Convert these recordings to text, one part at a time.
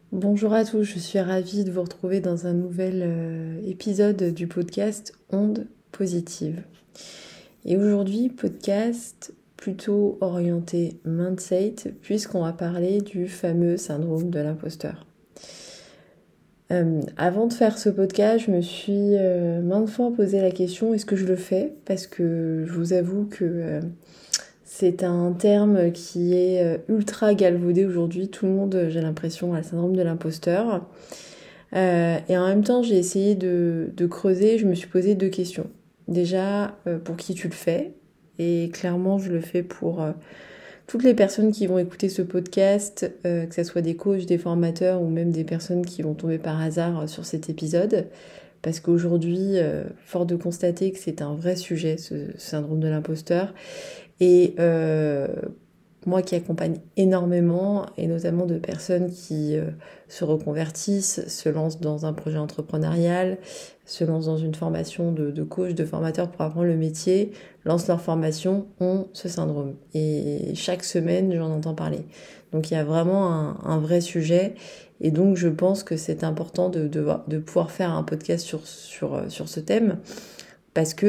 Bonjour à tous, je suis ravie de vous retrouver dans un nouvel épisode du podcast Ondes positives. Et aujourd'hui, podcast plutôt orienté mindset, puisqu'on va parler du fameux syndrome de l'imposteur. Avant de faire ce podcast, je me suis maintes fois posé la question, est-ce que je le fais? Parce que je vous avoue que c'est un terme qui est ultra galvaudé aujourd'hui. Tout le monde, j'ai l'impression, a le syndrome de l'imposteur. Et en même temps, j'ai essayé de creuser. Je me suis posé deux questions. Déjà, pour qui tu le fais? Et clairement, je le fais pour toutes les personnes qui vont écouter ce podcast, que ce soit des coachs, des formateurs ou même des personnes qui vont tomber par hasard sur cet épisode. Parce qu'aujourd'hui, fort de constater que c'est un vrai sujet, ce syndrome de l'imposteur. Et moi qui accompagne énormément, et notamment de personnes qui se reconvertissent, se lancent dans un projet entrepreneurial, se lancent dans une formation de coach, de formateur pour apprendre le métier, lancent leur formation, ont ce syndrome. Et chaque semaine, j'en entends parler. Donc il y a vraiment un vrai sujet. Et donc je pense que c'est important de pouvoir faire un podcast sur ce thème, parce que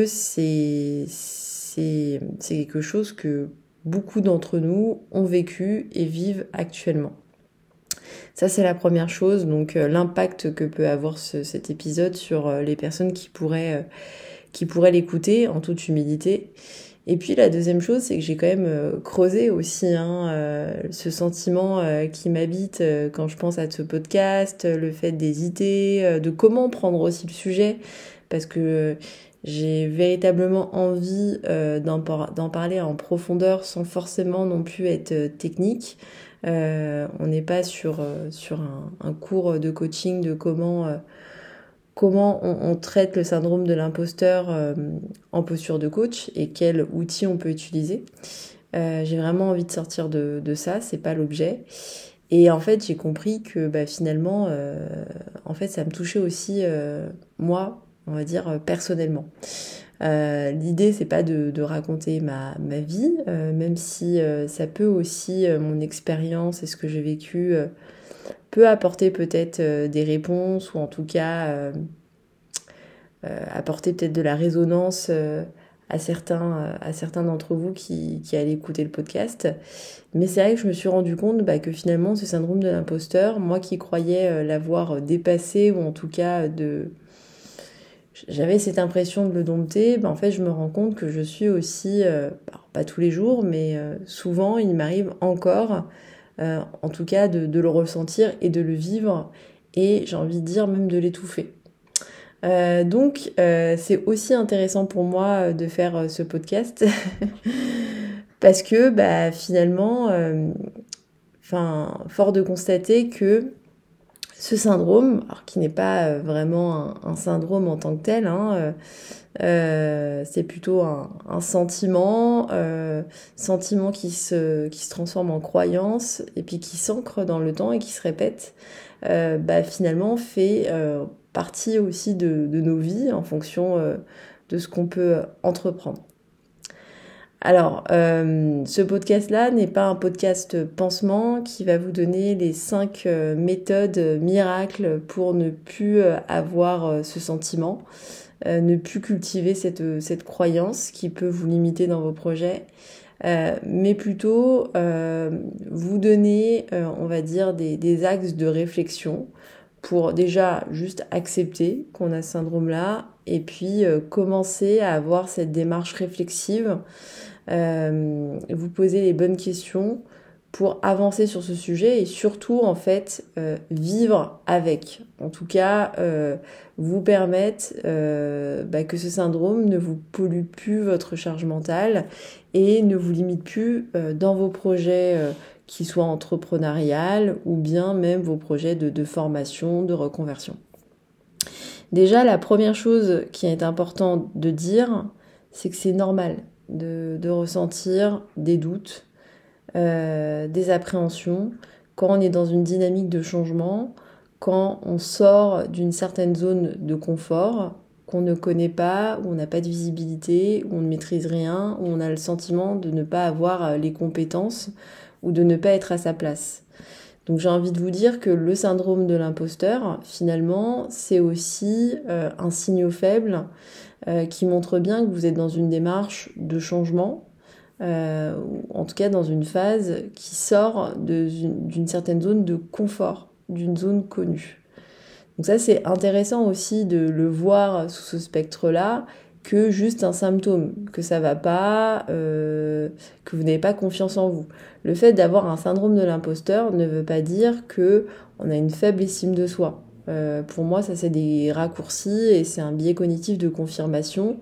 c'est quelque chose que beaucoup d'entre nous ont vécu et vivent actuellement. Ça, c'est la première chose, donc l'impact que peut avoir cet épisode sur les personnes qui pourraient l'écouter en toute humilité. Et puis la deuxième chose, c'est que j'ai quand même creusé aussi ce sentiment qui m'habite quand je pense à ce podcast, le fait d'hésiter, de comment prendre aussi le sujet, parce que j'ai véritablement envie d'en parler en profondeur sans forcément non plus être technique. On n'est pas sur un cours de coaching de comment on traite le syndrome de l'imposteur en posture de coach et quels outils on peut utiliser. J'ai vraiment envie de sortir de ça, c'est pas l'objet. Et en fait, j'ai compris que finalement, en fait, ça me touchait aussi, moi, on va dire, personnellement. L'idée, c'est pas de raconter ma vie, même si ça peut aussi, mon expérience et ce que j'ai vécu, peut apporter peut-être des réponses ou en tout cas apporter peut-être de la résonance à certains d'entre vous qui allaient écouter le podcast. Mais c'est vrai que je me suis rendu compte que finalement ce syndrome de l'imposteur, moi qui croyais l'avoir dépassé ou en tout cas j'avais cette impression de le dompter, en fait je me rends compte que je suis aussi, alors pas tous les jours, mais souvent il m'arrive encore, en tout cas de le ressentir et de le vivre, et j'ai envie de dire même de l'étouffer. Donc c'est aussi intéressant pour moi de faire ce podcast parce que finalement, fort de constater que ce syndrome, alors qui n'est pas vraiment un syndrome en tant que tel, c'est plutôt un sentiment qui se transforme en croyance et puis qui s'ancre dans le temps et qui se répète, finalement fait partie aussi de nos vies en fonction de ce qu'on peut entreprendre. Alors, ce podcast-là n'est pas un podcast pansement qui va vous donner les 5 méthodes miracles pour ne plus avoir ce sentiment, ne plus cultiver cette croyance qui peut vous limiter dans vos projets, mais plutôt vous donner, on va dire, des axes de réflexion pour déjà juste accepter qu'on a ce syndrome-là et puis commencer à avoir cette démarche réflexive, vous poser les bonnes questions pour avancer sur ce sujet et surtout en fait vivre avec. En tout cas, vous permettre que ce syndrome ne vous pollue plus votre charge mentale et ne vous limite plus dans vos projets qui soient entrepreneuriales ou bien même vos projets de formation, de reconversion. Déjà, la première chose qui est importante de dire, c'est que c'est normal de ressentir des doutes, des appréhensions, quand on est dans une dynamique de changement, quand on sort d'une certaine zone de confort qu'on ne connaît pas, où on n'a pas de visibilité, où on ne maîtrise rien, où on a le sentiment de ne pas avoir les compétences ou de ne pas être à sa place. Donc j'ai envie de vous dire que le syndrome de l'imposteur, finalement, c'est aussi un signe faible qui montre bien que vous êtes dans une démarche de changement, ou en tout cas dans une phase qui sort d'une certaine zone de confort, d'une zone connue. Donc ça, c'est intéressant aussi de le voir sous ce spectre-là, que juste un symptôme, que ça va pas, que vous n'avez pas confiance en vous. Le fait d'avoir un syndrome de l'imposteur ne veut pas dire que on a une faible estime de soi. Pour moi, ça c'est des raccourcis et c'est un biais cognitif de confirmation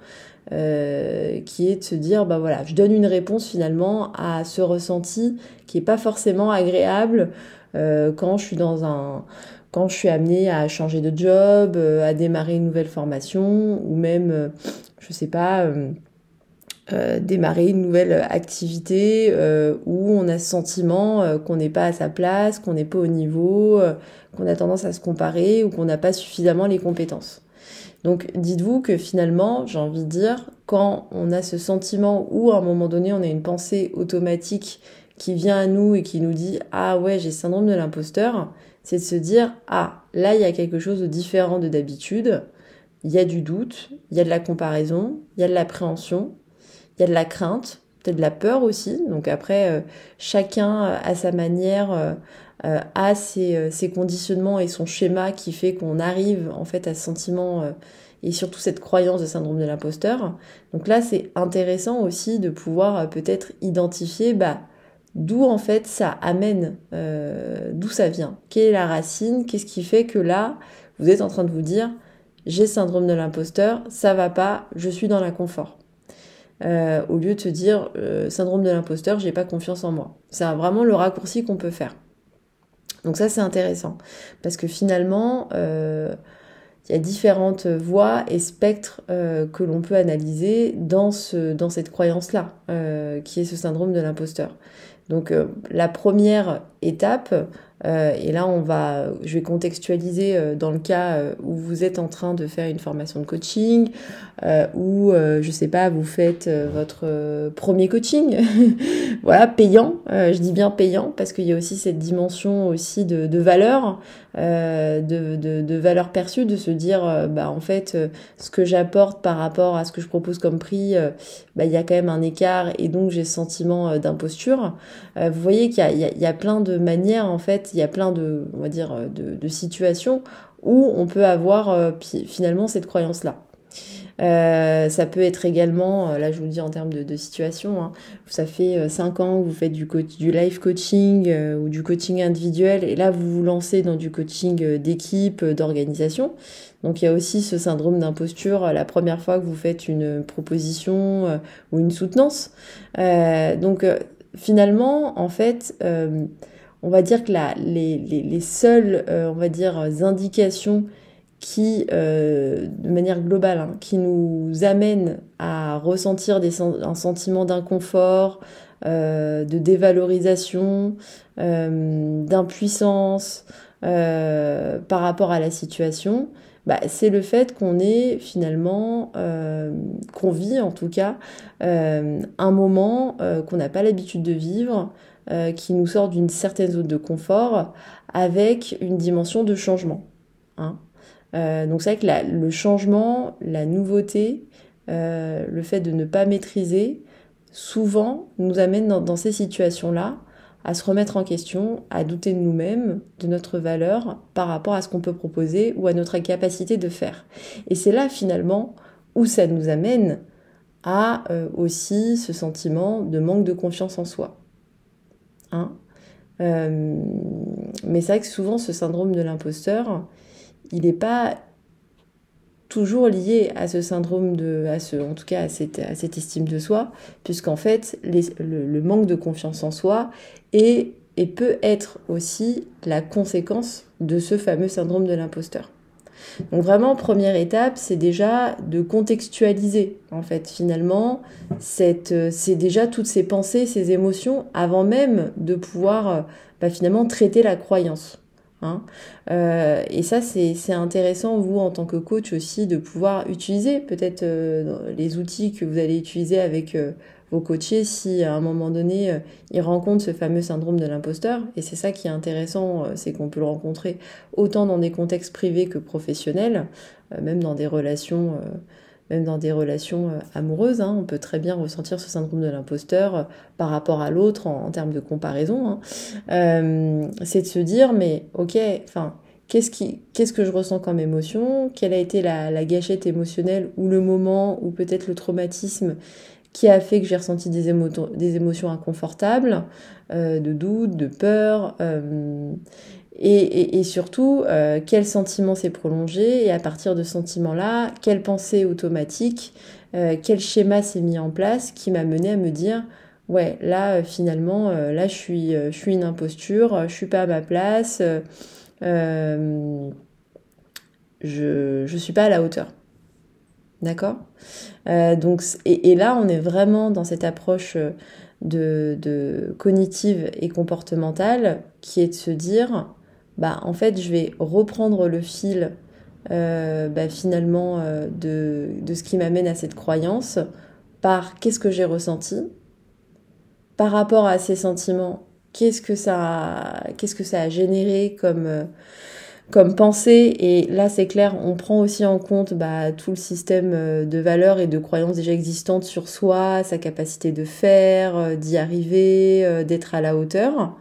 qui est de se dire, bah voilà, je donne une réponse finalement à ce ressenti qui est pas forcément agréable quand je suis amenée à changer de job, à démarrer une nouvelle formation, ou même, je sais pas, démarrer une nouvelle activité où on a ce sentiment qu'on n'est pas à sa place, qu'on n'est pas au niveau, qu'on a tendance à se comparer ou qu'on n'a pas suffisamment les compétences. Donc dites-vous que finalement, j'ai envie de dire, quand on a ce sentiment où à un moment donné on a une pensée automatique qui vient à nous et qui nous dit « Ah ouais, j'ai le syndrome de l'imposteur », c'est de se dire « Ah, là il y a quelque chose de différent de d'habitude, il y a du doute, il y a de la comparaison, il y a de l'appréhension, il y a de la crainte, peut-être de la peur aussi. » Donc après, chacun à sa manière a ses conditionnements et son schéma qui fait qu'on arrive en fait à ce sentiment et surtout cette croyance de syndrome de l'imposteur. Donc là, c'est intéressant aussi de pouvoir peut-être identifier d'où en fait ça amène, d'où ça vient, quelle est la racine, qu'est-ce qui fait que là, vous êtes en train de vous dire j'ai syndrome de l'imposteur, ça va pas, je suis dans l'inconfort. Au lieu de se dire syndrome de l'imposteur, j'ai pas confiance en moi. C'est vraiment le raccourci qu'on peut faire. Donc ça c'est intéressant parce que finalement il y a différentes voies et spectres que l'on peut analyser dans cette croyance-là, qui est ce syndrome de l'imposteur. Donc la première étape, et là je vais contextualiser dans le cas où vous êtes en train de faire une formation de coaching, ou je sais pas, vous faites votre premier coaching, voilà, payant. Je dis bien payant parce qu'il y a aussi cette dimension aussi de valeur, de valeur perçue, de se dire en fait ce que j'apporte par rapport à ce que je propose comme prix, il y a quand même un écart et donc j'ai ce sentiment d'imposture. Vous voyez qu'il y a plein de manières en fait, il y a plein de, on va dire, de situations où on peut avoir finalement cette croyance-là. Ça peut être également, là je vous le dis en termes de situation, hein, ça fait 5 ans que vous faites du live coaching ou du coaching individuel et là vous vous lancez dans du coaching d'équipe, d'organisation. Donc il y a aussi ce syndrome d'imposture la première fois que vous faites une proposition ou une soutenance. Donc finalement, en fait, on va dire que les seules, on va dire, indications qui, de manière globale, hein, qui nous amènent à ressentir un sentiment d'inconfort, de dévalorisation, d'impuissance par rapport à la situation, c'est le fait qu'on est finalement, qu'on vit en tout cas, un moment qu'on n'a pas l'habitude de vivre, qui nous sort d'une certaine zone de confort avec une dimension de changement. Hein. Donc c'est vrai que le changement, la nouveauté, le fait de ne pas maîtriser, souvent nous amène dans ces situations-là à se remettre en question, à douter de nous-mêmes, de notre valeur par rapport à ce qu'on peut proposer ou à notre capacité de faire. Et c'est là finalement où ça nous amène à aussi ce sentiment de manque de confiance en soi. Hein, mais c'est vrai que souvent ce syndrome de l'imposteur, il n'est pas toujours lié à ce syndrome en tout cas à cette estime de soi, puisqu'en fait le manque de confiance en soi est et peut être aussi la conséquence de ce fameux syndrome de l'imposteur. Donc vraiment, première étape, c'est déjà de contextualiser, en fait, finalement, c'est déjà toutes ces pensées, ces émotions, avant même de pouvoir finalement traiter la croyance. Hein. Et ça, c'est intéressant, vous, en tant que coach aussi, de pouvoir utiliser peut-être les outils que vous allez utiliser avec vos coachés si à un moment donné ils rencontrent ce fameux syndrome de l'imposteur. Et c'est ça qui est intéressant, c'est qu'on peut le rencontrer autant dans des contextes privés que professionnels, même dans des relations. Même dans des relations amoureuses, hein, on peut très bien ressentir ce syndrome de l'imposteur par rapport à l'autre en termes de comparaison. Hein. C'est de se dire, mais ok, enfin, qu'est-ce que je ressens comme émotion? Quelle a été la gâchette émotionnelle ou le moment ou peut-être le traumatisme qui a fait que j'ai ressenti des émotions inconfortables, de doute, de peur, et surtout, quel sentiment s'est prolongé, et à partir de ce sentiment-là, quelle pensée automatique, quel schéma s'est mis en place qui m'a mené à me dire, ouais, là, finalement, là, je suis une imposture, je suis pas à ma place, je suis pas à la hauteur. D'accord? Donc, et là, on est vraiment dans cette approche de cognitive et comportementale qui est de se dire, bah, en fait, je vais reprendre le fil finalement de ce qui m'amène à cette croyance par qu'est-ce que j'ai ressenti, par rapport à ces sentiments, qu'est-ce que ça a généré comme pensée. Et là, c'est clair, on prend aussi en compte tout le système de valeurs et de croyances déjà existantes sur soi, sa capacité de faire, d'y arriver, d'être à la hauteur,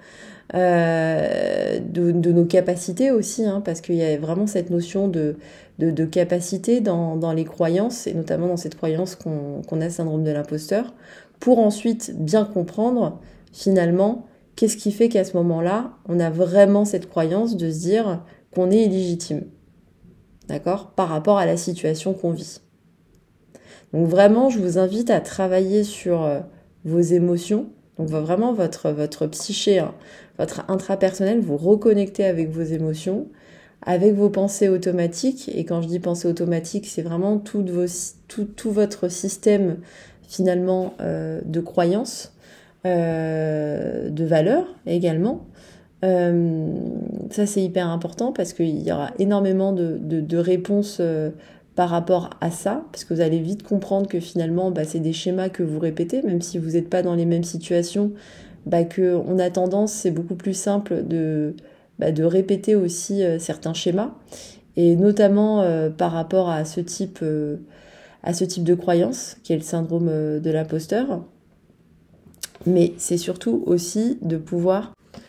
de nos capacités aussi, hein, parce qu'il y a vraiment cette notion de capacité dans les croyances, et notamment dans cette croyance qu'on a le syndrome de l'imposteur, pour ensuite bien comprendre finalement qu'est-ce qui fait qu'à ce moment-là, on a vraiment cette croyance de se dire qu'on est illégitime, d'accord, par rapport à la situation qu'on vit. Donc vraiment, je vous invite à travailler sur vos émotions, donc vraiment votre psyché, hein, votre intrapersonnel, vous reconnecter avec vos émotions, avec vos pensées automatiques. Et quand je dis pensée automatique, c'est vraiment tout votre système finalement de croyances, de valeurs également. Ça c'est hyper important parce qu'il y aura énormément de réponses par rapport à ça, parce que vous allez vite comprendre que finalement c'est des schémas que vous répétez, même si vous n'êtes pas dans les mêmes situations, que on a tendance, c'est beaucoup plus simple de répéter aussi certains schémas, et notamment par rapport à ce type de croyance qui est le syndrome de l'imposteur. Mais c'est surtout aussi de pouvoir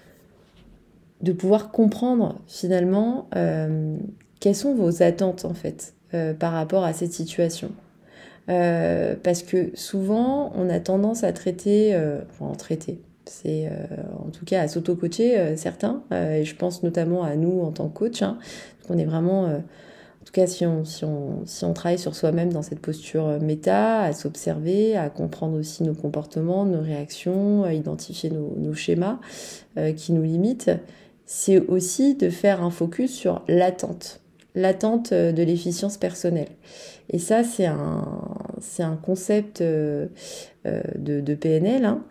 comprendre finalement quelles sont vos attentes en fait par rapport à cette situation. Parce que souvent on a tendance à traiter, c'est en tout cas à s'auto-coacher certains, et je pense notamment à nous en tant que coach, hein, qu'on est vraiment, en tout cas si on travaille sur soi-même dans cette posture méta, à s'observer, à comprendre aussi nos comportements, nos réactions, à identifier nos schémas qui nous limitent, c'est aussi de faire un focus sur l'attente de l'efficience personnelle. Et ça, c'est un concept de PNL, hein,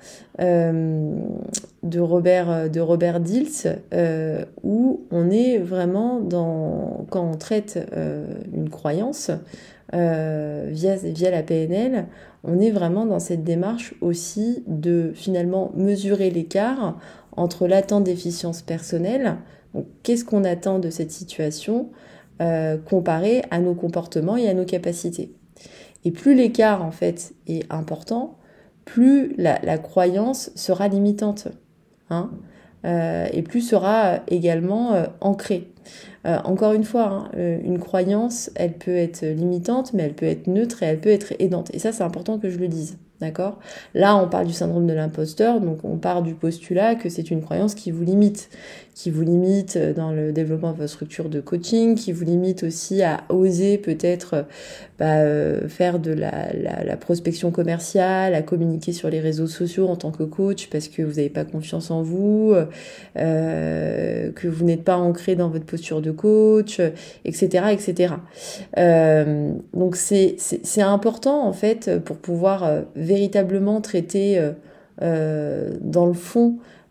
de Robert Dilts, où on est vraiment quand on traite une croyance via la PNL, on est vraiment dans cette démarche aussi de finalement mesurer l'écart entre l'attente d'efficience personnelle, donc qu'est-ce qu'on attend de cette situation, comparé à nos comportements et à nos capacités. Et plus l'écart en fait est important, plus la croyance sera limitante, hein, et plus sera également ancrée. Encore une fois, hein, une croyance, elle peut être limitante, mais elle peut être neutre et elle peut être aidante. Et ça, c'est important que je le dise. D'accord? Là, on parle du syndrome de l'imposteur, donc on part du postulat que c'est une croyance qui vous limite dans le développement de votre structure de coaching, qui vous limite aussi à oser peut-être faire de la prospection commerciale, à communiquer sur les réseaux sociaux en tant que coach parce que vous n'avez pas confiance en vous, que vous n'êtes pas ancré dans votre posture de coach, etc., etc. Donc c'est important en fait pour pouvoir véritablement traiter dans le fond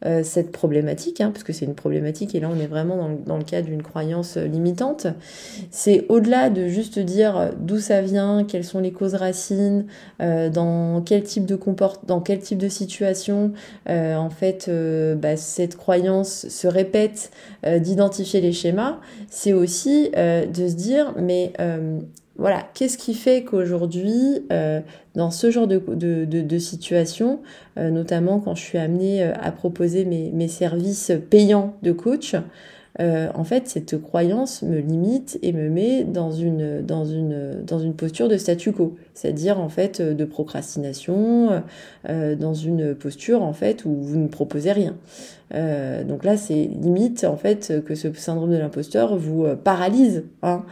cette problématique, hein, parce que c'est une problématique, et là on est vraiment dans le cas d'une croyance limitante. C'est au-delà de juste dire d'où ça vient, quelles sont les causes racines, dans quel type de situation, en fait, cette croyance se répète, d'identifier les schémas. C'est aussi de se dire, mais voilà, qu'est-ce qui fait qu'aujourd'hui, dans ce genre de situation, notamment quand je suis amenée à proposer mes services payants de coach, en fait, cette croyance me limite et me met dans une posture de statu quo, c'est-à-dire en fait de procrastination, dans une posture en fait où vous ne proposez rien. Donc là, c'est limite en fait que ce syndrome de l'imposteur vous paralyse, hein,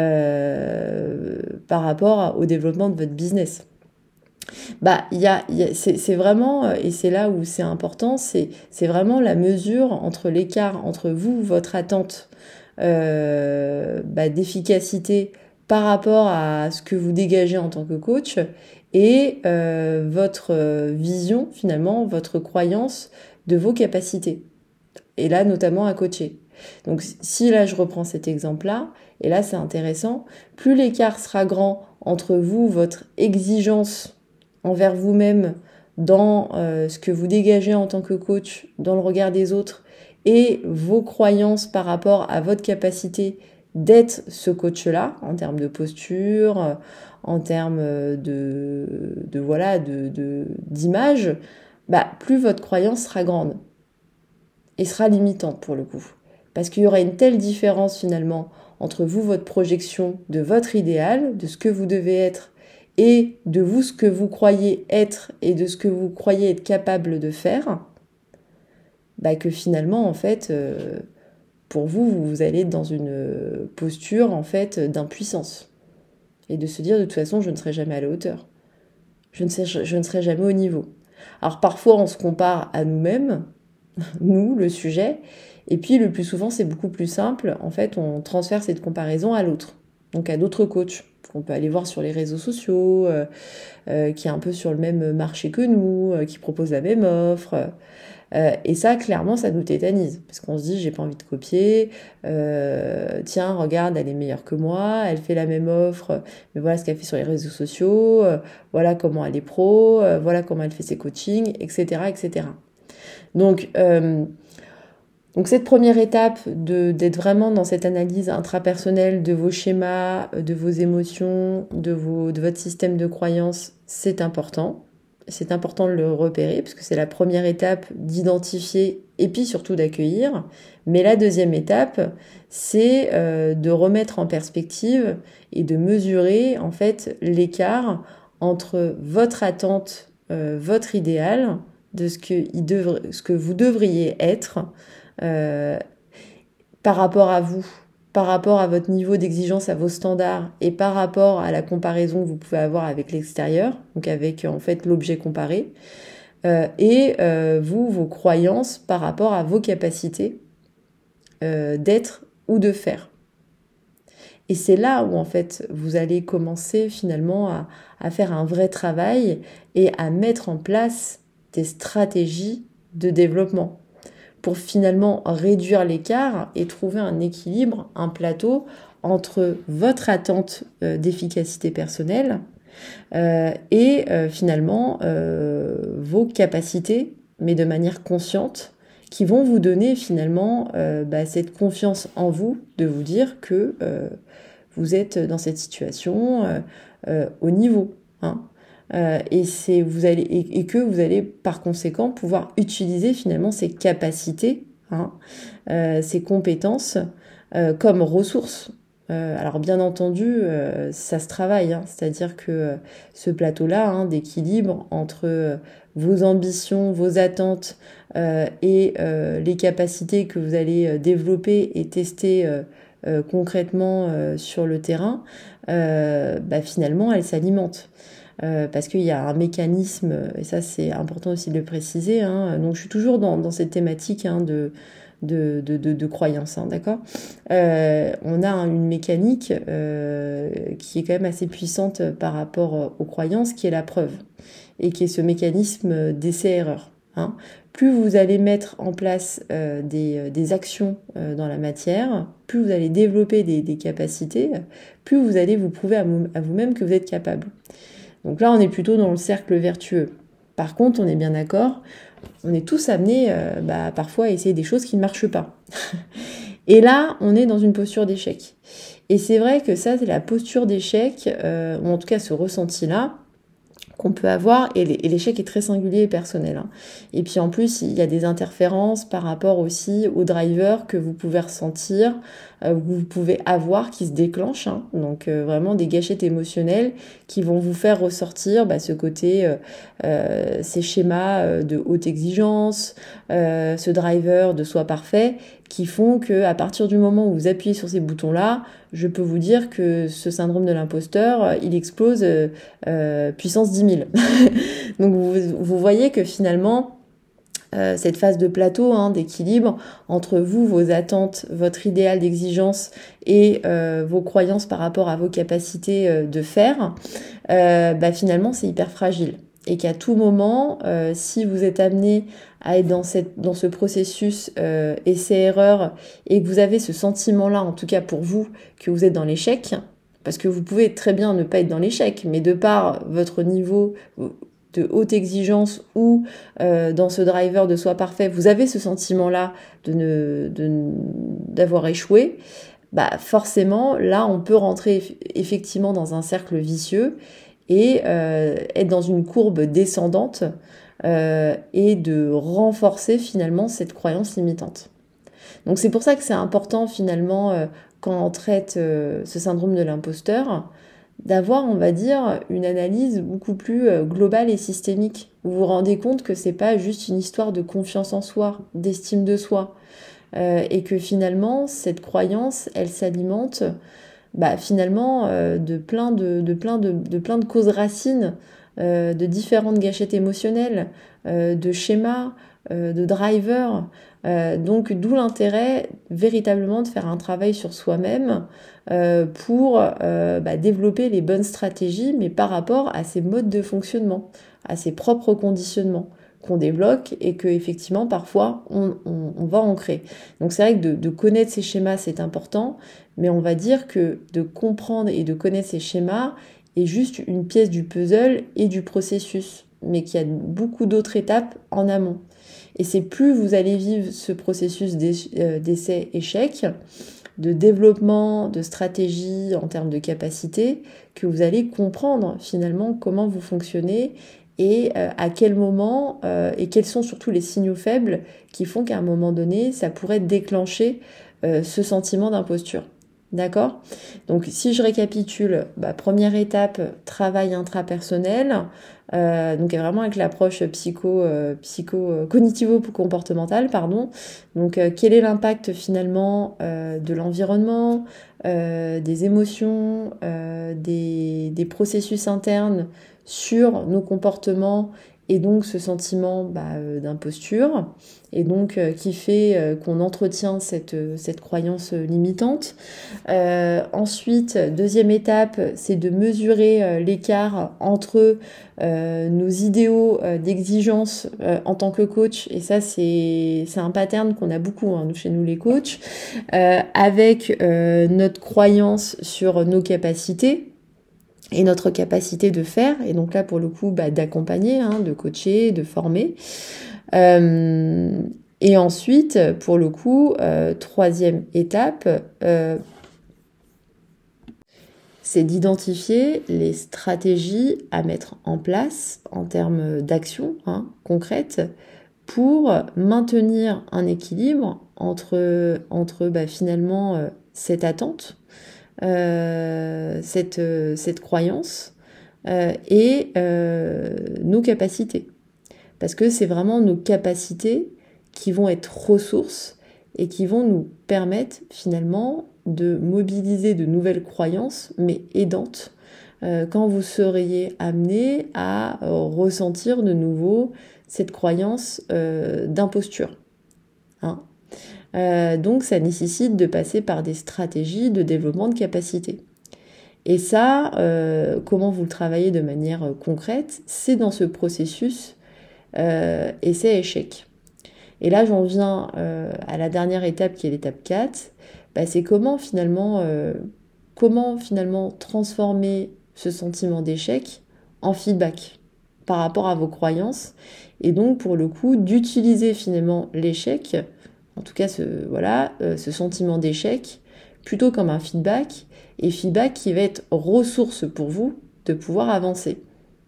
par rapport au développement de votre business. C'est vraiment, et c'est là où c'est important, c'est vraiment la mesure entre l'écart entre vous, votre attente d'efficacité par rapport à ce que vous dégagez en tant que coach et votre vision, finalement, votre croyance de vos capacités. Et là, notamment à coacher. Donc, si là, je reprends cet exemple-là, et là, c'est intéressant, plus l'écart sera grand entre vous, votre exigence envers vous-même dans ce que vous dégagez en tant que coach, dans le regard des autres, et vos croyances par rapport à votre capacité d'être ce coach-là, en termes de posture, en termes d'image, plus votre croyance sera grande et sera limitante pour le coup. Parce qu'il y aura une telle différence finalement entre vous, votre projection de votre idéal, de ce que vous devez être, et de vous, ce que vous croyez être et de ce que vous croyez être capable de faire, que finalement, en fait, pour vous, vous allez être dans une posture, en fait, d'impuissance. Et de se dire, de toute façon, je ne serai jamais à la hauteur. Je ne serai jamais au niveau. Alors parfois, on se compare à nous-mêmes, nous, le sujet, et puis le plus souvent, c'est beaucoup plus simple. En fait, on transfère cette comparaison à l'autre, donc à d'autres coachs qu'on peut aller voir sur les réseaux sociaux, qui est un peu sur le même marché que nous, qui propose la même offre. Et ça, clairement, ça nous tétanise. Parce qu'on se dit, j'ai pas envie de copier. Tiens, regarde, elle est meilleure que moi. Elle fait la même offre. Mais voilà ce qu'elle fait sur les réseaux sociaux. Voilà comment elle est pro. Voilà comment elle fait ses coachings, etc., etc. Donc cette première étape d'être vraiment dans cette analyse intrapersonnelle de vos schémas, de vos émotions, de votre système de croyances, c'est important. C'est important de le repérer parce que c'est la première étape d'identifier et puis surtout d'accueillir. Mais la deuxième étape, c'est de remettre en perspective et de mesurer en fait l'écart entre votre attente, votre idéal, de ce que vous devriez être, par rapport à vous, par rapport à votre niveau d'exigence, à vos standards et par rapport à la comparaison que vous pouvez avoir avec l'extérieur, donc avec en fait l'objet comparé, vos croyances par rapport à vos capacités d'être ou de faire. Et c'est là où en fait vous allez commencer finalement à faire un vrai travail et à mettre en place des stratégies de développement pour finalement réduire l'écart et trouver un équilibre, un plateau entre votre attente d'efficacité personnelle et finalement vos capacités, mais de manière consciente, qui vont vous donner finalement cette confiance en vous, de vous dire que vous êtes dans cette situation au niveau. Hein. Et que vous allez par conséquent pouvoir utiliser finalement ces capacités, hein, ces compétences comme ressources. Alors bien entendu, ça se travaille, hein, c'est-à-dire que ce plateau-là hein, d'équilibre entre vos ambitions, vos attentes et les capacités que vous allez développer et tester concrètement sur le terrain, finalement, elles s'alimentent. Parce qu'il y a un mécanisme, et ça c'est important aussi de le préciser, hein, donc je suis toujours dans cette thématique hein, de croyance, hein, d'accord. On a une mécanique qui est quand même assez puissante par rapport aux croyances, qui est la preuve, et qui est ce mécanisme d'essai-erreur. hein. Plus vous allez mettre en place des actions dans la matière, plus vous allez développer des capacités, plus vous allez vous prouver à vous-même que vous êtes capable. Donc là, on est plutôt dans le cercle vertueux. Par contre, on est bien d'accord, on est tous amenés parfois à essayer des choses qui ne marchent pas. Et là, on est dans une posture d'échec. Et c'est vrai que ça, c'est la posture d'échec, ou en tout cas ce ressenti-là, qu'on peut avoir, et l'échec est très singulier et personnel, hein. Et puis en plus, il y a des interférences par rapport aussi aux drivers que vous pouvez ressentir, que vous pouvez avoir, qui se déclenchent, hein. Donc vraiment des gâchettes émotionnelles qui vont vous faire ressortir ce côté, ces schémas de haute exigence, ce driver de soi parfait, qui font que à partir du moment où vous appuyez sur ces boutons-là, je peux vous dire que ce syndrome de l'imposteur, il explose puissance 10 000. Donc vous voyez que finalement, cette phase de plateau, hein, d'équilibre entre vous, vos attentes, votre idéal d'exigence et vos croyances par rapport à vos capacités de faire, finalement c'est hyper fragile. Et qu'à tout moment, si vous êtes amené à être dans ce processus essai-erreur et que vous avez ce sentiment-là, en tout cas pour vous, que vous êtes dans l'échec, parce que vous pouvez très bien ne pas être dans l'échec, mais de par votre niveau de haute exigence ou dans ce driver de soi parfait, vous avez ce sentiment-là d'avoir échoué, forcément, là, on peut rentrer effectivement dans un cercle vicieux et être dans une courbe descendante et de renforcer finalement cette croyance limitante. Donc c'est pour ça que c'est important finalement quand on traite ce syndrome de l'imposteur, d'avoir, on va dire, une analyse beaucoup plus globale et systémique. Vous vous rendez compte que c'est pas juste une histoire de confiance en soi, d'estime de soi, et que finalement cette croyance, elle s'alimente finalement de plein de causes racines, de différentes gâchettes émotionnelles, de schémas, de drivers. Donc d'où l'intérêt véritablement de faire un travail sur soi-même pour développer les bonnes stratégies, mais par rapport à ses modes de fonctionnement, à ses propres conditionnements qu'on débloque et que effectivement parfois on va ancrer. Donc c'est vrai que de connaître ces schémas c'est important, mais on va dire que de comprendre et de connaître ces schémas est juste une pièce du puzzle et du processus, mais qu'il y a beaucoup d'autres étapes en amont. Et c'est plus vous allez vivre ce processus d'essai-échec, de développement, de stratégie en termes de capacité, que vous allez comprendre finalement comment vous fonctionnez et à quel moment, et quels sont surtout les signaux faibles qui font qu'à un moment donné, ça pourrait déclencher ce sentiment d'imposture. D'accord ? Donc si je récapitule, première étape, travail intrapersonnel, donc vraiment avec l'approche cognitivo-comportementale, pardon. Donc quel est l'impact finalement de l'environnement, des émotions, des processus internes sur nos comportements et donc ce sentiment d'imposture et donc qui fait qu'on entretient cette croyance limitante. Ensuite, deuxième étape, c'est de mesurer l'écart entre nos idéaux d'exigence en tant que coach, et ça c'est un pattern qu'on a beaucoup chez nous les coachs, avec notre croyance sur nos capacités et notre capacité de faire, et donc là pour le coup d'accompagner, de coacher, de former. Et ensuite, pour le coup, troisième étape, c'est d'identifier les stratégies à mettre en place en termes d'action concrète pour maintenir un équilibre entre finalement cette attente, cette croyance et nos capacités. Parce que c'est vraiment nos capacités qui vont être ressources et qui vont nous permettre finalement de mobiliser de nouvelles croyances, mais aidantes, quand vous seriez amené à ressentir de nouveau cette croyance d'imposture. Donc ça nécessite de passer par des stratégies de développement de capacité. Et ça, comment vous le travaillez de manière concrète, c'est dans ce processus essai, échec. Et là, j'en viens à la dernière étape qui est l'étape 4. Bah, c'est comment finalement transformer ce sentiment d'échec en feedback par rapport à vos croyances. Et donc, pour le coup, d'utiliser finalement l'échec, en tout cas ce sentiment d'échec, plutôt comme un feedback, et feedback qui va être ressource pour vous de pouvoir avancer.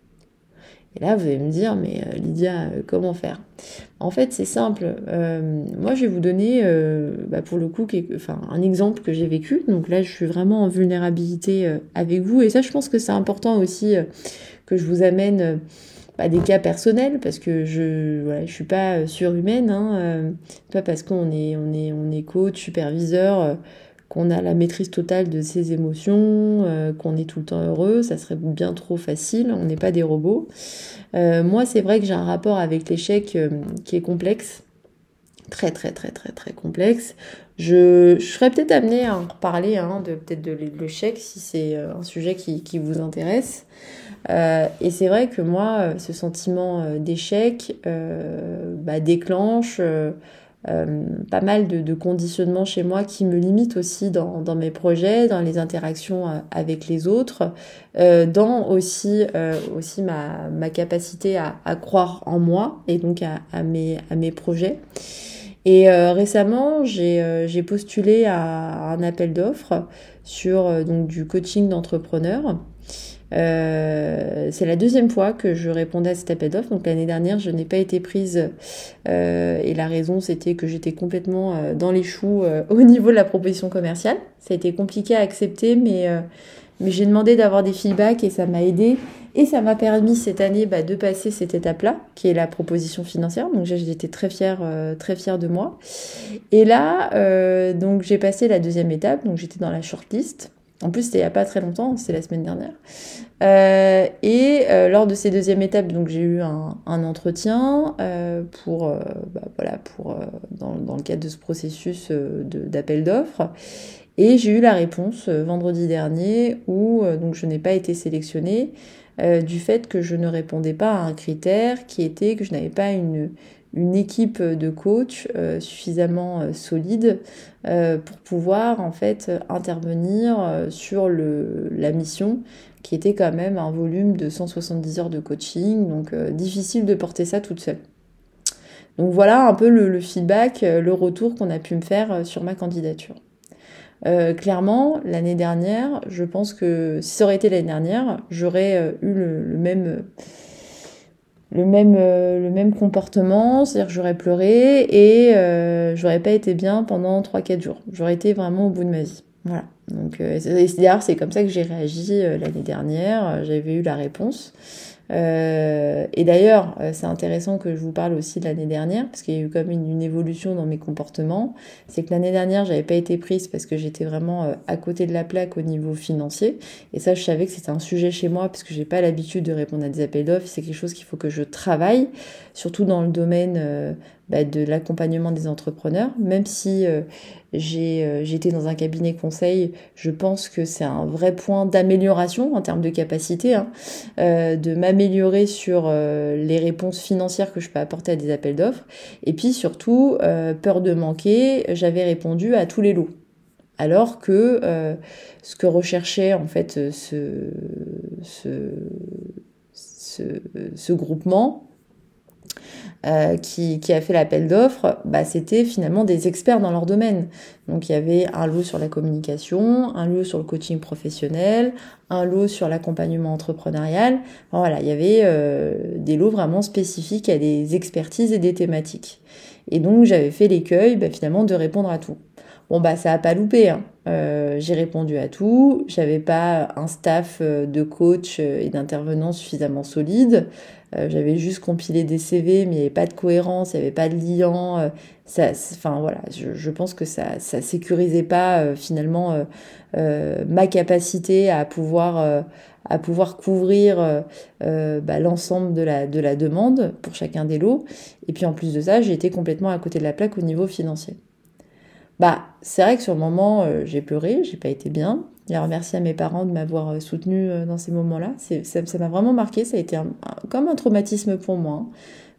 Et là, vous allez me dire, mais Lydia, comment faire? En fait, c'est simple. Moi, je vais vous donner, pour le coup, un exemple que j'ai vécu. Donc là, je suis vraiment en vulnérabilité avec vous. Et ça, je pense que c'est important aussi que je vous amène des cas personnels, parce que je suis pas surhumaine. Pas parce on est coach, superviseur, qu'on a la maîtrise totale de ses émotions, qu'on est tout le temps heureux. Ça serait bien trop facile. On n'est pas des robots. Moi, c'est vrai que j'ai un rapport avec l'échec qui est complexe, très très très très très complexe. Je serais peut-être amenée à en reparler peut-être de l'échec si c'est un sujet qui vous intéresse. Et c'est vrai que moi, ce sentiment d'échec déclenche pas mal de conditionnements chez moi qui me limitent aussi dans mes projets, dans les interactions avec les autres, dans aussi ma capacité à croire en moi et donc à mes projets. Et récemment, j'ai postulé à un appel d'offres sur donc du coaching d'entrepreneurs. C'est la deuxième fois que je répondais à cet appel d'offres. Donc l'année dernière, je n'ai pas été prise et la raison, c'était que j'étais complètement dans les choux au niveau de la proposition commerciale. Ça a été compliqué à accepter, mais j'ai demandé d'avoir des feedbacks et ça m'a aidé. Et ça m'a permis cette année de passer cette étape-là, qui est la proposition financière. Donc j'étais très fière de moi. Et là, donc j'ai passé la deuxième étape. Donc j'étais dans la shortlist. En plus, c'était il n'y a pas très longtemps, c'était la semaine dernière. Lors de ces deuxièmes étapes, donc j'ai eu un entretien dans le cadre de ce processus d'appel d'offres. Et j'ai eu la réponse vendredi dernier où donc je n'ai pas été sélectionnée du fait que je ne répondais pas à un critère qui était que je n'avais pas une équipe de coach suffisamment solide pour pouvoir en fait intervenir sur la mission qui était quand même un volume de 170 heures de coaching, donc difficile de porter ça toute seule. Donc voilà un peu le feedback, le retour qu'on a pu me faire sur ma candidature. Clairement, l'année dernière, je pense que si ça aurait été l'année dernière, j'aurais eu le même comportement, c'est-à-dire que j'aurais pleuré et j'aurais pas été bien pendant 3-4 jours. J'aurais été vraiment au bout de ma vie. Voilà. Donc, d'ailleurs, c'est comme ça que j'ai réagi l'année dernière. J'avais eu la réponse. Et d'ailleurs, c'est intéressant que je vous parle aussi de l'année dernière, parce qu'il y a eu comme une évolution dans mes comportements. C'est que l'année dernière, j'avais pas été prise parce que j'étais vraiment à côté de la plaque au niveau financier. Et ça, je savais que c'était un sujet chez moi, parce que j'ai pas l'habitude de répondre à des appels d'offres. C'est quelque chose qu'il faut que je travaille, surtout dans le domaine de l'accompagnement des entrepreneurs. Même si j'étais dans un cabinet conseil, je pense que c'est un vrai point d'amélioration en termes de capacité, de m'améliorer sur les réponses financières que je peux apporter à des appels d'offres. Et puis surtout, peur de manquer, j'avais répondu à tous les lots. Alors que ce que recherchait en fait ce groupement, qui a fait l'appel d'offres, c'était finalement des experts dans leur domaine. Donc il y avait un lot sur la communication, un lot sur le coaching professionnel, un lot sur l'accompagnement entrepreneurial. Voilà, il y avait des lots vraiment spécifiques à des expertises et des thématiques. Et donc j'avais fait l'écueil finalement de répondre à tout. Bon ça a pas loupé, j'ai répondu à tout, j'avais pas un staff de coach et d'intervenants suffisamment solide. J'avais juste compilé des CV, mais il n'y avait pas de cohérence, il n'y avait pas de lien. Je pense que ça sécurisait pas finalement ma capacité à pouvoir couvrir l'ensemble de la demande pour chacun des lots. Et puis en plus de ça, j'ai été complètement à côté de la plaque au niveau financier. C'est vrai que sur le moment, j'ai pleuré, j'ai pas été bien. Et remercier à mes parents de m'avoir soutenue dans ces moments-là. Ça m'a vraiment marqué, ça a été comme un traumatisme pour moi.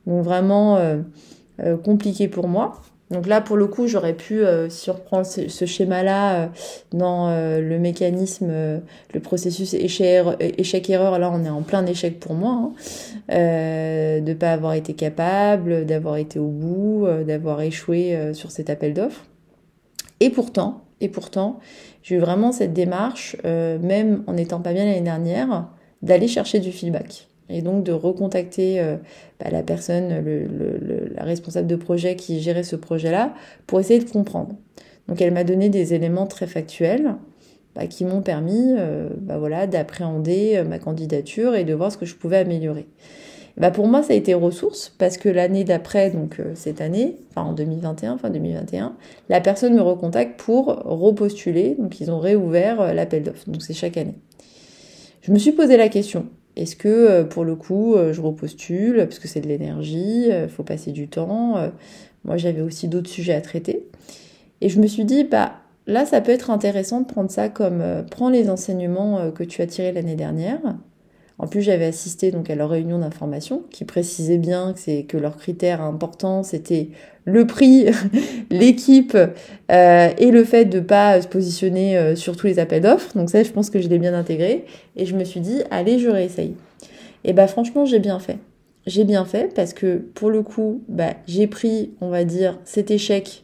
Donc vraiment compliqué pour moi. Donc là, pour le coup, j'aurais pu, si on reprend ce schéma-là, dans le mécanisme, le processus échec-erreur, là, on est en plein échec pour moi, hein, de ne pas avoir été capable, d'avoir été au bout, d'avoir échoué sur cet appel d'offres. Et pourtant, j'ai eu vraiment cette démarche, même en n'étant pas bien l'année dernière, d'aller chercher du feedback. Et donc de recontacter la personne, la responsable de projet qui gérait ce projet-là, pour essayer de comprendre. Donc elle m'a donné des éléments très factuels qui m'ont permis voilà, d'appréhender ma candidature et de voir ce que je pouvais améliorer. Pour moi, ça a été ressource parce que l'année d'après, donc cette année, en 2021, fin 2021, la personne me recontacte pour repostuler. Donc ils ont réouvert l'appel d'offres. Donc c'est chaque année. Je me suis posé la question. Est-ce que pour le coup, je repostule parce que c'est de l'énergie, faut passer du temps. Moi, j'avais aussi d'autres sujets à traiter. Et je me suis dit, là, ça peut être intéressant de prendre ça comme prends les enseignements que tu as tirés l'année dernière. En plus, j'avais assisté donc à leur réunion d'information qui précisait bien que leurs critères importants, c'était le prix, l'équipe et le fait de ne pas se positionner sur tous les appels d'offres. Donc ça, je pense que je l'ai bien intégré. Et je me suis dit, allez, je réessaye. Et franchement, j'ai bien fait. J'ai bien fait parce que pour le coup, j'ai pris, on va dire, cet échec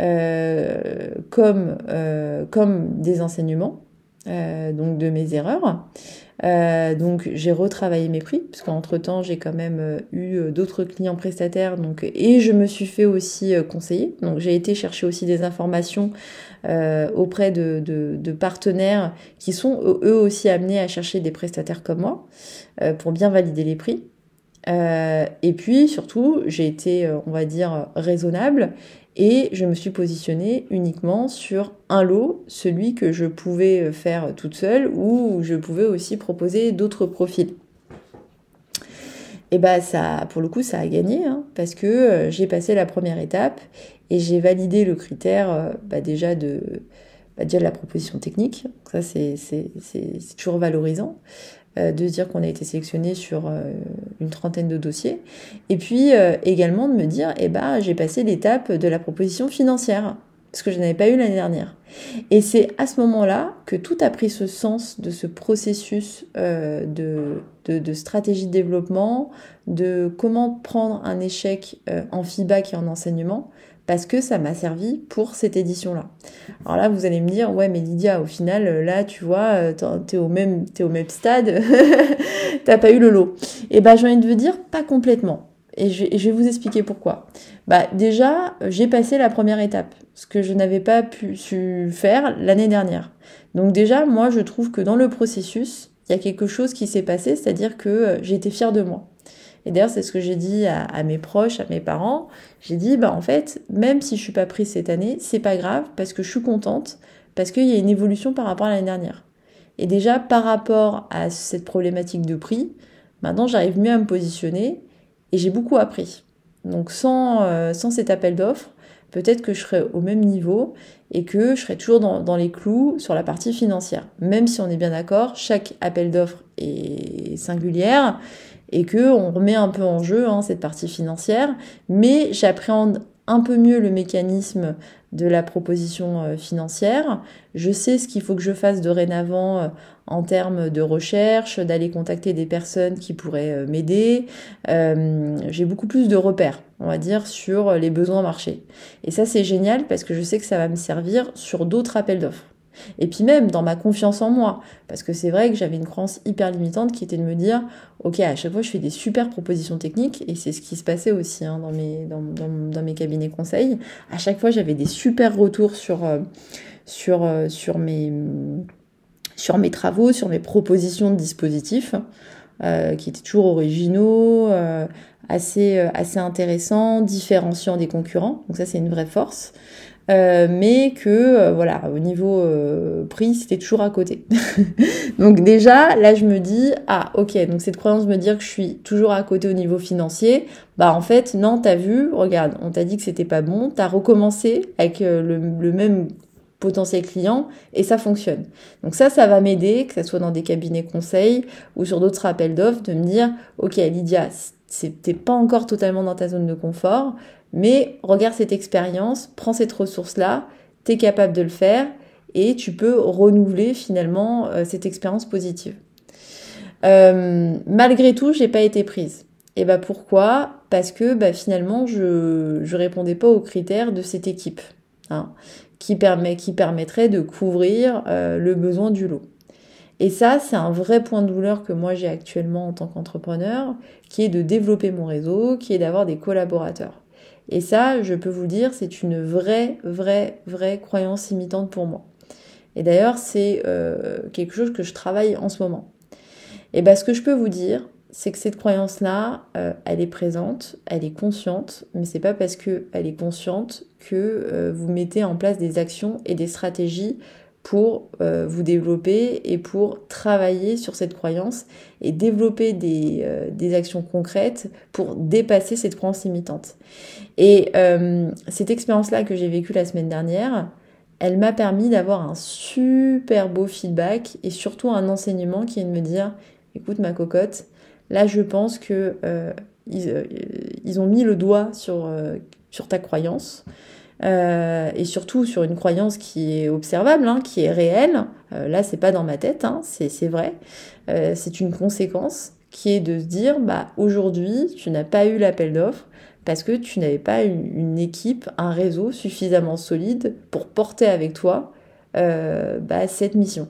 comme des enseignements, donc de mes erreurs. Donc j'ai retravaillé mes prix parce qu'entre-temps j'ai quand même eu d'autres clients prestataires et je me suis fait aussi conseiller. Donc j'ai été chercher aussi des informations auprès de partenaires qui sont eux aussi amenés à chercher des prestataires comme moi pour bien valider les prix. Et puis surtout j'ai été on va dire raisonnable et je me suis positionnée uniquement sur un lot, celui que je pouvais faire toute seule ou je pouvais aussi proposer d'autres profils. Et ça, pour le coup, ça a gagné parce que j'ai passé la première étape et j'ai validé le critère déjà de la proposition technique. Ça, c'est toujours valorisant de se dire qu'on a été sélectionné sur une trentaine de dossiers. Et puis également de me dire, j'ai passé l'étape de la proposition financière, parce que je n'avais pas eu l'année dernière. Et c'est à ce moment-là que tout a pris ce sens de ce processus de stratégie de développement, de comment prendre un échec en feedback et en enseignement, parce que ça m'a servi pour cette édition-là. Alors là, vous allez me dire, ouais, mais Lydia, au final, là, tu vois, t'es au même stade, t'as pas eu le lot. Et j'ai envie de vous dire, pas complètement. Et je vais vous expliquer pourquoi. Déjà, j'ai passé la première étape, ce que je n'avais pas su faire l'année dernière. Donc déjà, moi, je trouve que dans le processus, il y a quelque chose qui s'est passé, c'est-à-dire que j'ai été fière de moi. Et d'ailleurs, c'est ce que j'ai dit à mes proches, à mes parents. J'ai dit, en fait, même si je suis pas prise cette année, c'est pas grave parce que je suis contente, parce qu'il y a une évolution par rapport à l'année dernière. Et déjà, par rapport à cette problématique de prix, maintenant, j'arrive mieux à me positionner et j'ai beaucoup appris. Donc, sans cet appel d'offres, peut-être que je serais au même niveau et que je serais toujours dans les clous sur la partie financière. Même si on est bien d'accord, chaque appel d'offres est singulière et qu'on remet un peu en jeu cette partie financière, mais j'appréhende un peu mieux le mécanisme de la proposition financière. Je sais ce qu'il faut que je fasse dorénavant en termes de recherche, d'aller contacter des personnes qui pourraient m'aider. J'ai beaucoup plus de repères, on va dire, sur les besoins marchés. Et ça, c'est génial parce que je sais que ça va me servir sur d'autres appels d'offres. Et puis même dans ma confiance en moi, parce que c'est vrai que j'avais une croyance hyper limitante qui était de me dire, ok, à chaque fois je fais des super propositions techniques, et c'est ce qui se passait aussi dans mes cabinets conseils. À chaque fois j'avais des super retours sur mes travaux, sur mes propositions de dispositifs, qui étaient toujours originaux, assez intéressants, différenciants des concurrents. Donc ça c'est une vraie force. Mais que au niveau prix, c'était toujours à côté. Donc déjà, là je me dis, ok, donc cette croyance de me dire que je suis toujours à côté au niveau financier, en fait, non, t'as vu, regarde, on t'a dit que c'était pas bon, t'as recommencé avec le même potentiels clients et ça fonctionne. Donc ça va m'aider, que ce soit dans des cabinets conseils ou sur d'autres appels d'offres, de me dire « Ok Lydia, t'es pas encore totalement dans ta zone de confort, mais regarde cette expérience, prends cette ressource-là, t'es capable de le faire et tu peux renouveler finalement cette expérience positive. » Malgré tout, j'ai pas été prise. Et bah pourquoi ? Parce que finalement, je répondais pas aux critères de cette équipe, hein, qui permettrait de couvrir le besoin du lot. Et ça, c'est un vrai point de douleur que moi j'ai actuellement en tant qu'entrepreneur, qui est de développer mon réseau, qui est d'avoir des collaborateurs. Et ça, je peux vous dire, c'est une vraie croyance limitante pour moi. Et d'ailleurs, c'est quelque chose que je travaille en ce moment. Et ce que je peux vous dire, c'est que cette croyance-là, elle est présente, elle est consciente, mais c'est pas parce qu'elle est consciente que vous mettez en place des actions et des stratégies pour vous développer et pour travailler sur cette croyance et développer des actions concrètes pour dépasser cette croyance limitante. Et cette expérience-là que j'ai vécue la semaine dernière, elle m'a permis d'avoir un super beau feedback et surtout un enseignement qui est de me dire « Écoute ma cocotte, là je pense que ils ont mis le doigt sur ta croyance. » Et surtout sur une croyance qui est observable, hein, qui est réelle. Là, c'est pas dans ma tête, hein, c'est vrai. C'est une conséquence qui est de se dire, aujourd'hui, tu n'as pas eu l'appel d'offres parce que tu n'avais pas une équipe, un réseau suffisamment solide pour porter avec toi cette mission.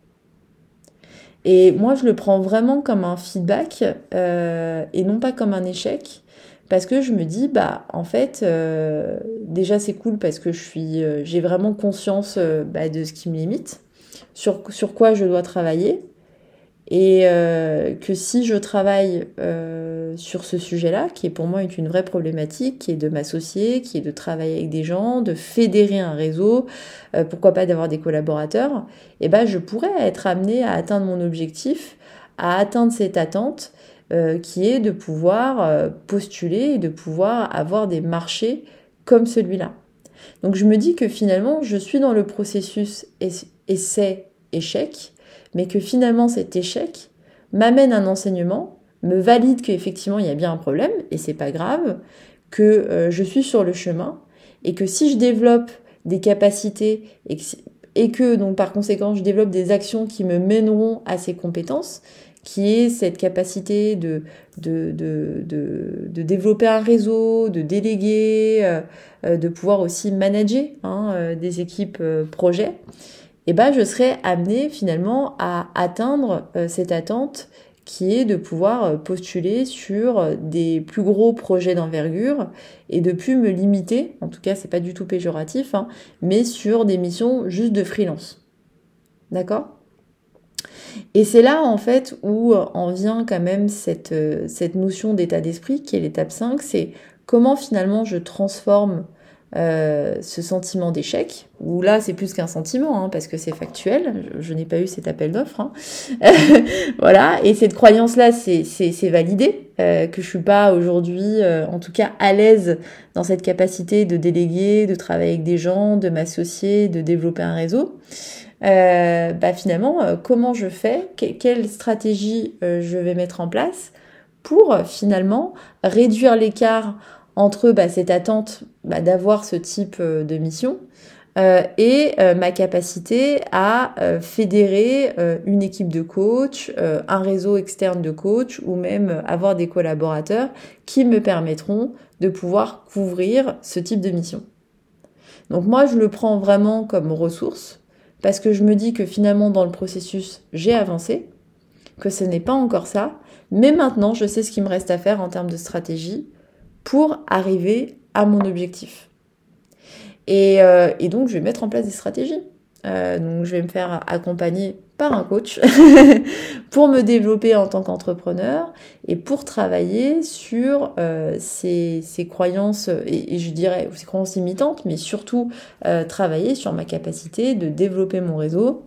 Et moi, je le prends vraiment comme un feedback et non pas comme un échec. Parce que je me dis, en fait, déjà c'est cool parce que j'ai vraiment conscience de ce qui me limite, sur quoi je dois travailler, et que si je travaille sur ce sujet-là, qui est pour moi une vraie problématique, qui est de m'associer, qui est de travailler avec des gens, de fédérer un réseau, pourquoi pas d'avoir des collaborateurs, je pourrais être amenée à atteindre mon objectif, à atteindre cette attente, qui est de pouvoir postuler et de pouvoir avoir des marchés comme celui-là. Donc je me dis que finalement, je suis dans le processus essai-échec, mais que finalement cet échec m'amène un enseignement, me valide qu'effectivement il y a bien un problème, et c'est pas grave, que je suis sur le chemin, et que si je développe des capacités et que donc par conséquent je développe des actions qui me mèneront à ces compétences, qui est cette capacité de développer un réseau, de déléguer, de pouvoir aussi manager des équipes projets, je serai amenée finalement à atteindre cette attente qui est de pouvoir postuler sur des plus gros projets d'envergure et de plus me limiter, en tout cas c'est pas du tout péjoratif, mais sur des missions juste de freelance. D'accord ? Et c'est là, en fait, où en vient quand même cette notion d'état d'esprit, qui est l'étape 5, c'est comment finalement je transforme ce sentiment d'échec, où là, c'est plus qu'un sentiment, parce que c'est factuel, je n'ai pas eu cet appel d'offres. Voilà, et cette croyance-là, c'est validé, que je suis pas aujourd'hui, en tout cas, à l'aise dans cette capacité de déléguer, de travailler avec des gens, de m'associer, de développer un réseau. Finalement, comment je fais, quelle stratégie je vais mettre en place pour finalement réduire l'écart entre cette attente d'avoir ce type de mission et ma capacité à fédérer une équipe de coach, un réseau externe de coach ou même avoir des collaborateurs qui me permettront de pouvoir couvrir ce type de mission. Donc moi, je le prends vraiment comme ressource parce que je me dis que finalement, dans le processus, j'ai avancé, que ce n'est pas encore ça, mais maintenant, je sais ce qu'il me reste à faire en termes de stratégie pour arriver à mon objectif. Et donc, je vais mettre en place des stratégies. Donc, je vais me faire accompagner par un coach pour me développer en tant qu'entrepreneur et pour travailler sur ces croyances, et je dirais ces croyances limitantes, mais surtout travailler sur ma capacité de développer mon réseau,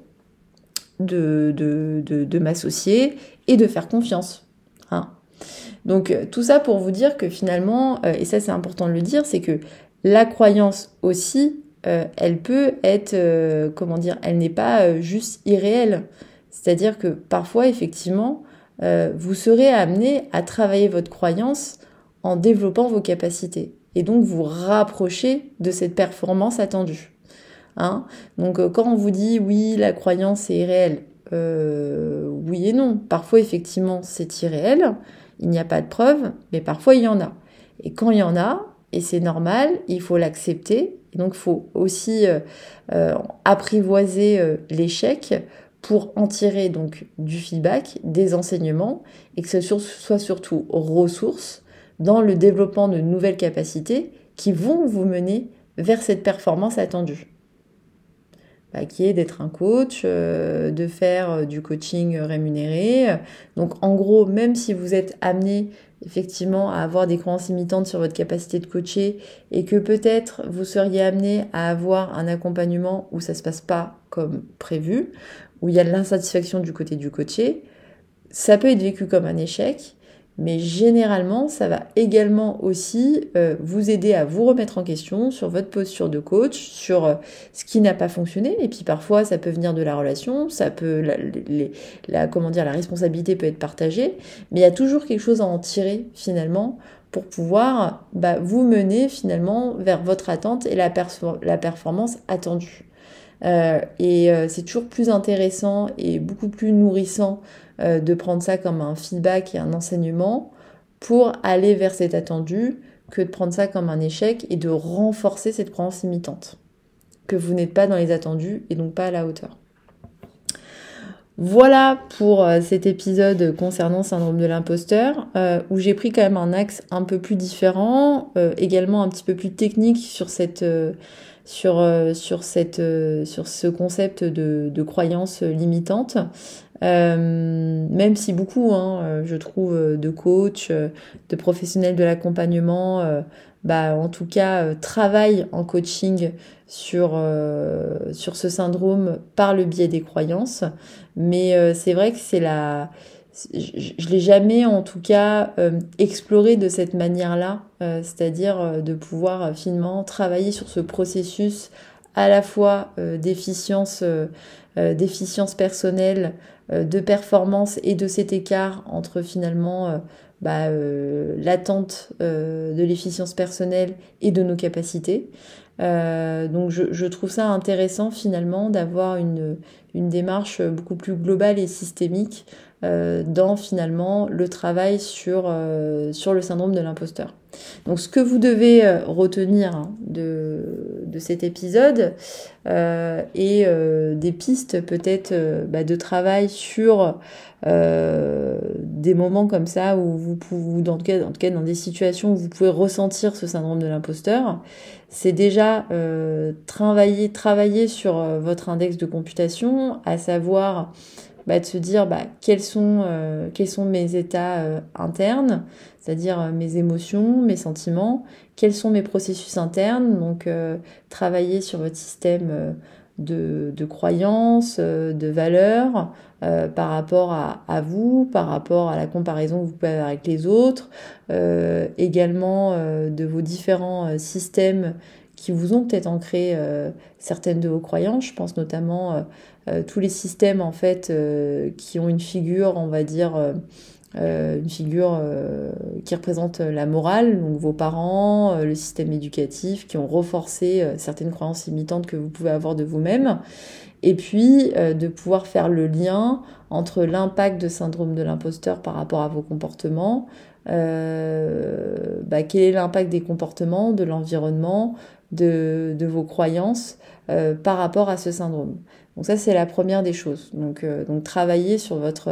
de m'associer et de faire confiance. Donc tout ça pour vous dire que finalement, et ça c'est important de le dire, c'est que la croyance aussi elle peut être, elle n'est pas juste irréelle. C'est-à-dire que parfois, effectivement, vous serez amené à travailler votre croyance en développant vos capacités et donc vous rapprocher de cette performance attendue. Hein. Donc quand on vous dit oui, la croyance est irréelle, oui et non. Parfois, effectivement, c'est irréel, il n'y a pas de preuve, mais parfois il y en a. Et quand il y en a, et c'est normal, il faut l'accepter. Et donc, il faut aussi apprivoiser l'échec pour en tirer donc du feedback, des enseignements, et que ce soit surtout ressources dans le développement de nouvelles capacités qui vont vous mener vers cette performance attendue. Qui est d'être un coach, de faire du coaching rémunéré. Donc en gros, même si vous êtes amené effectivement à avoir des croyances limitantes sur votre capacité de coacher et que peut-être vous seriez amené à avoir un accompagnement où ça se passe pas comme prévu, où il y a de l'insatisfaction du côté du coaché, ça peut être vécu comme un échec. Mais généralement, ça va également aussi vous aider à vous remettre en question sur votre posture de coach, sur ce qui n'a pas fonctionné. Et puis parfois, ça peut venir de la relation, ça peut la responsabilité peut être partagée, mais il y a toujours quelque chose à en tirer finalement pour pouvoir vous mener finalement vers votre attente et la performance attendue. C'est toujours plus intéressant et beaucoup plus nourrissant de prendre ça comme un feedback et un enseignement pour aller vers cet attendu que de prendre ça comme un échec et de renforcer cette croyance limitante, que vous n'êtes pas dans les attendus et donc pas à la hauteur. Voilà pour cet épisode concernant syndrome de l'imposteur, où j'ai pris quand même un axe un peu plus différent, également un petit peu plus technique sur ce concept de croyance limitante. Même si beaucoup, je trouve, de coachs, de professionnels de l'accompagnement, en tout cas, travaillent en coaching sur ce syndrome par le biais des croyances. Mais c'est vrai que je l'ai jamais, en tout cas, exploré de cette manière-là, c'est-à-dire de pouvoir finement travailler sur ce processus à la fois d'efficience personnelle, de performance et de cet écart entre finalement l'attente de l'efficience personnelle et de nos capacités. Donc je trouve ça intéressant finalement d'avoir une démarche beaucoup plus globale et systémique dans finalement le travail sur le syndrome de l'imposteur. Donc ce que vous devez retenir de cet épisode et des pistes peut-être de travail sur des moments comme ça où vous pouvez, en tout cas dans des situations où vous pouvez ressentir ce syndrome de l'imposteur, c'est déjà travailler sur votre index de computation, à savoir de se dire quels sont mes états internes, c'est-à-dire mes émotions, mes sentiments, quels sont mes processus internes, donc travailler sur votre système de croyances, de valeurs par rapport à vous, par rapport à la comparaison que vous pouvez avoir avec les autres, également de vos différents systèmes qui vous ont peut-être ancré certaines de vos croyances. Je pense notamment tous les systèmes en fait qui ont une figure, on va dire, une figure qui représente la morale, donc vos parents, le système éducatif, qui ont renforcé certaines croyances limitantes que vous pouvez avoir de vous-même. Et puis de pouvoir faire le lien entre l'impact de syndrome de l'imposteur par rapport à vos comportements, quel est l'impact des comportements, de l'environnement, de vos croyances par rapport à ce syndrome. Donc ça, c'est la première des choses. Donc travailler sur votre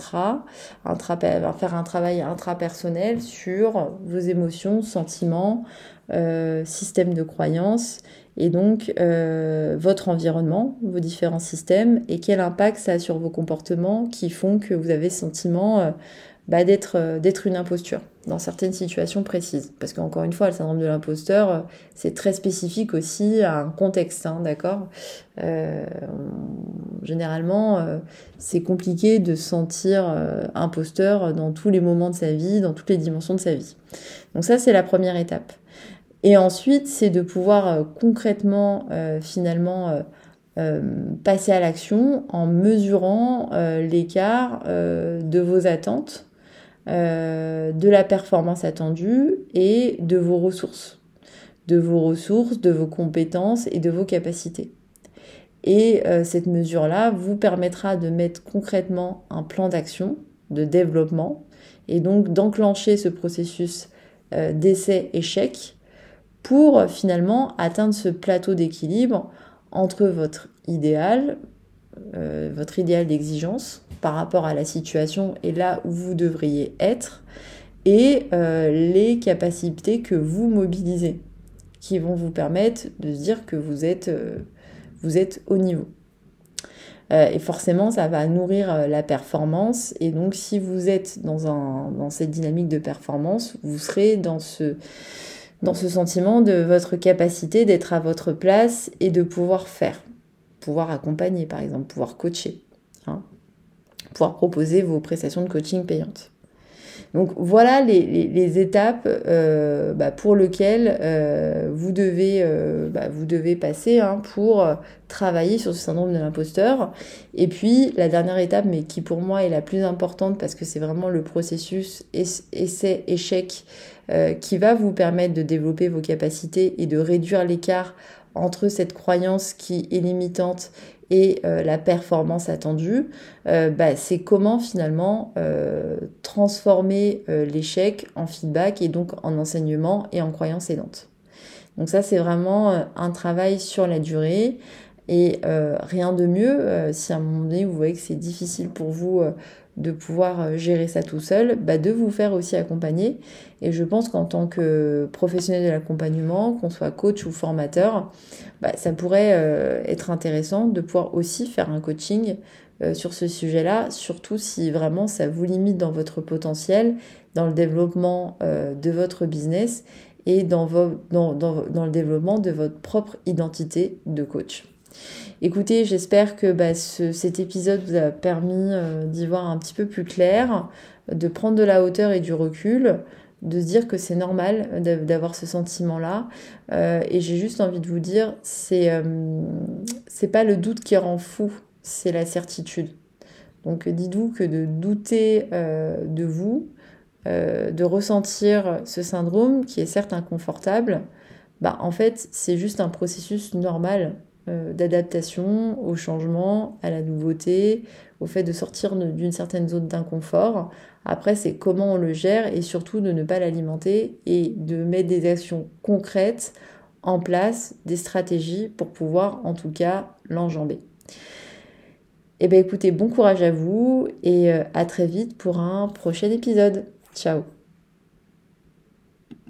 faire un travail intrapersonnel sur vos émotions, sentiments, système de croyances, et donc votre environnement, vos différents systèmes, et quel impact ça a sur vos comportements qui font que vous avez ce sentiment d'être une imposture dans certaines situations précises. Parce qu'encore une fois, le syndrome de l'imposteur, c'est très spécifique aussi à un contexte, d'accord ? Généralement, c'est compliqué de se sentir imposteur dans tous les moments de sa vie, dans toutes les dimensions de sa vie. Donc ça, c'est la première étape. Et ensuite, c'est de pouvoir concrètement, finalement, passer à l'action en mesurant l'écart de vos attentes, de la performance attendue et de vos ressources. De vos ressources, de vos compétences et de vos capacités. Et cette mesure-là vous permettra de mettre concrètement un plan d'action, de développement, et donc d'enclencher ce processus d'essai-échec pour finalement atteindre ce plateau d'équilibre entre votre idéal d'exigence par rapport à la situation et là où vous devriez être, et les capacités que vous mobilisez, qui vont vous permettre de se dire que vous êtes au niveau. Et forcément, ça va nourrir la performance. Et donc, si vous êtes dans cette dynamique de performance, vous serez dans ce sentiment de votre capacité d'être à votre place et de pouvoir faire, pouvoir accompagner, par exemple, pouvoir coacher, pouvoir proposer vos prestations de coaching payantes. Donc voilà les étapes pour lesquelles vous devez passer pour travailler sur ce syndrome de l'imposteur. Et puis la dernière étape, mais qui pour moi est la plus importante parce que c'est vraiment le processus essai-échec qui va vous permettre de développer vos capacités et de réduire l'écart entre cette croyance qui est limitante et la performance attendue, c'est comment finalement transformer l'échec en feedback et donc en enseignement et en croyance aidante. Donc ça, c'est vraiment un travail sur la durée et rien de mieux si à un moment donné vous voyez que c'est difficile pour vous de pouvoir gérer ça tout seul, de vous faire aussi accompagner. Et je pense qu'en tant que professionnel de l'accompagnement, qu'on soit coach ou formateur, ça pourrait être intéressant de pouvoir aussi faire un coaching sur ce sujet-là, surtout si vraiment ça vous limite dans votre potentiel, dans le développement de votre business et dans le développement de votre propre identité de coach. Écoutez, j'espère que cet épisode vous a permis d'y voir un petit peu plus clair, de prendre de la hauteur et du recul, de se dire que c'est normal d'avoir ce sentiment-là. Et j'ai juste envie de vous dire, c'est pas le doute qui rend fou, c'est la certitude. Donc dites-vous que de douter de vous, de ressentir ce syndrome qui est certes inconfortable, en fait c'est juste un processus normal d'adaptation au changement, à la nouveauté, au fait de sortir d'une certaine zone d'inconfort. Après, c'est comment on le gère et surtout de ne pas l'alimenter et de mettre des actions concrètes en place, des stratégies pour pouvoir en tout cas l'enjamber. Eh bien écoutez, bon courage à vous et à très vite pour un prochain épisode. Ciao!